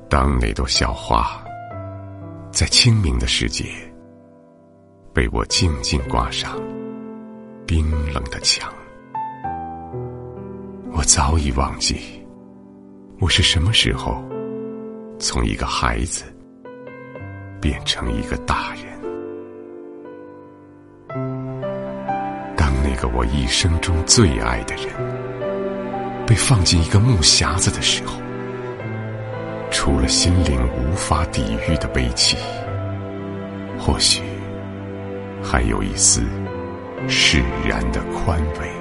当那朵小花在清明的世界被我静静挂上冰冷的墙，我早已忘记我是什么时候从一个孩子变成一个大人。当那个我一生中最爱的人被放进一个木匣子的时候，除了心灵无法抵御的悲戚，或许还有一丝释然的宽慰。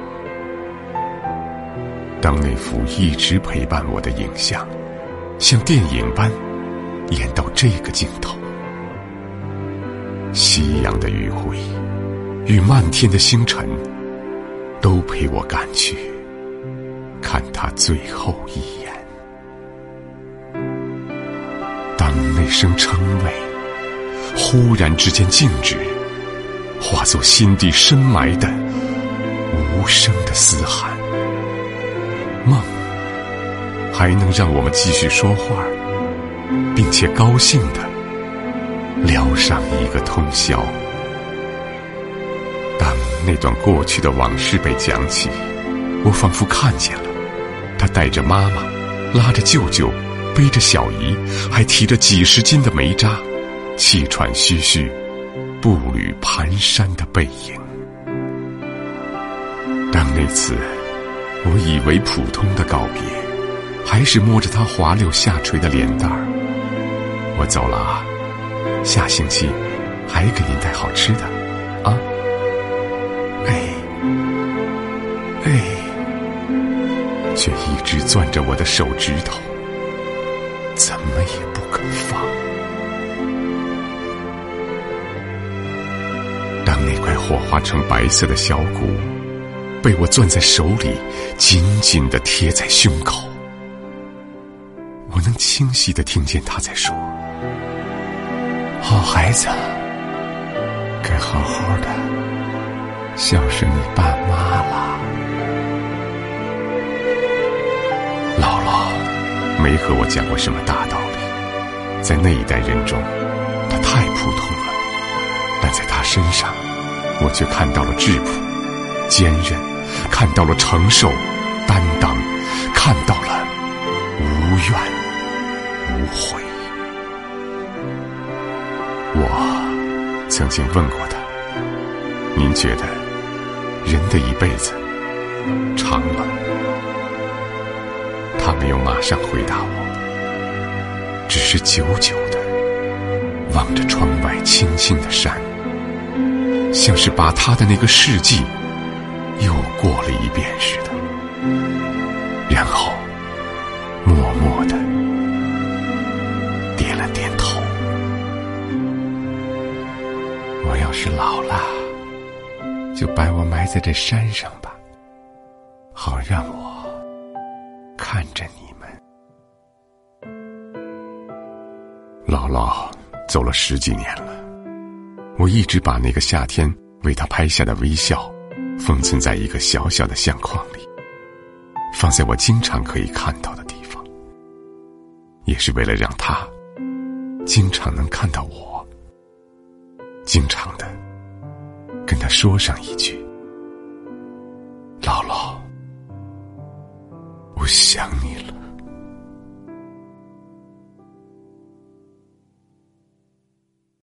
当那幅一直陪伴我的影像像电影般演到这个镜头，夕阳的余晖与漫天的星辰都陪我赶去看他最后一眼。当那声称谓忽然之间静止，化作心底深埋的无声的嘶喊，梦还能让我们继续说话，并且高兴地聊上一个通宵。当那段过去的往事被讲起，我仿佛看见了他带着妈妈，拉着舅舅，背着小姨，还提着几十斤的煤渣，气喘吁吁，步履蹒跚的背影。当那次我以为普通的告别，还是摸着他滑溜下垂的脸蛋儿，我走了啊，下星期还给您带好吃的啊。却一直攥着我的手指头，怎么也不肯放。当那块火化成白色的小骨被我攥在手里，紧紧地贴在胸口，我能清晰地听见他在说：好孩子，该好好的孝顺你爸妈了。姥姥没和我讲过什么大道理，在那一代人中她太普通了，但在她身上我却看到了质朴坚韧，看到了承受担当，看到了无怨无悔。我曾经问过他，您觉得人的一辈子长吗？他没有马上回答我，只是久久地望着窗外青青的山，像是把他的那个世纪又过了一遍似的，然后默默地点了点头。我要是老了，就把我埋在这山上吧，好让我看着你们。姥姥走了10几年了，我一直把那个夏天为她拍下的微笑封存在一个小小的相框里，放在我经常可以看到的地方，也是为了让她经常能看到我，经常的跟她说上一句：姥姥，我想你了。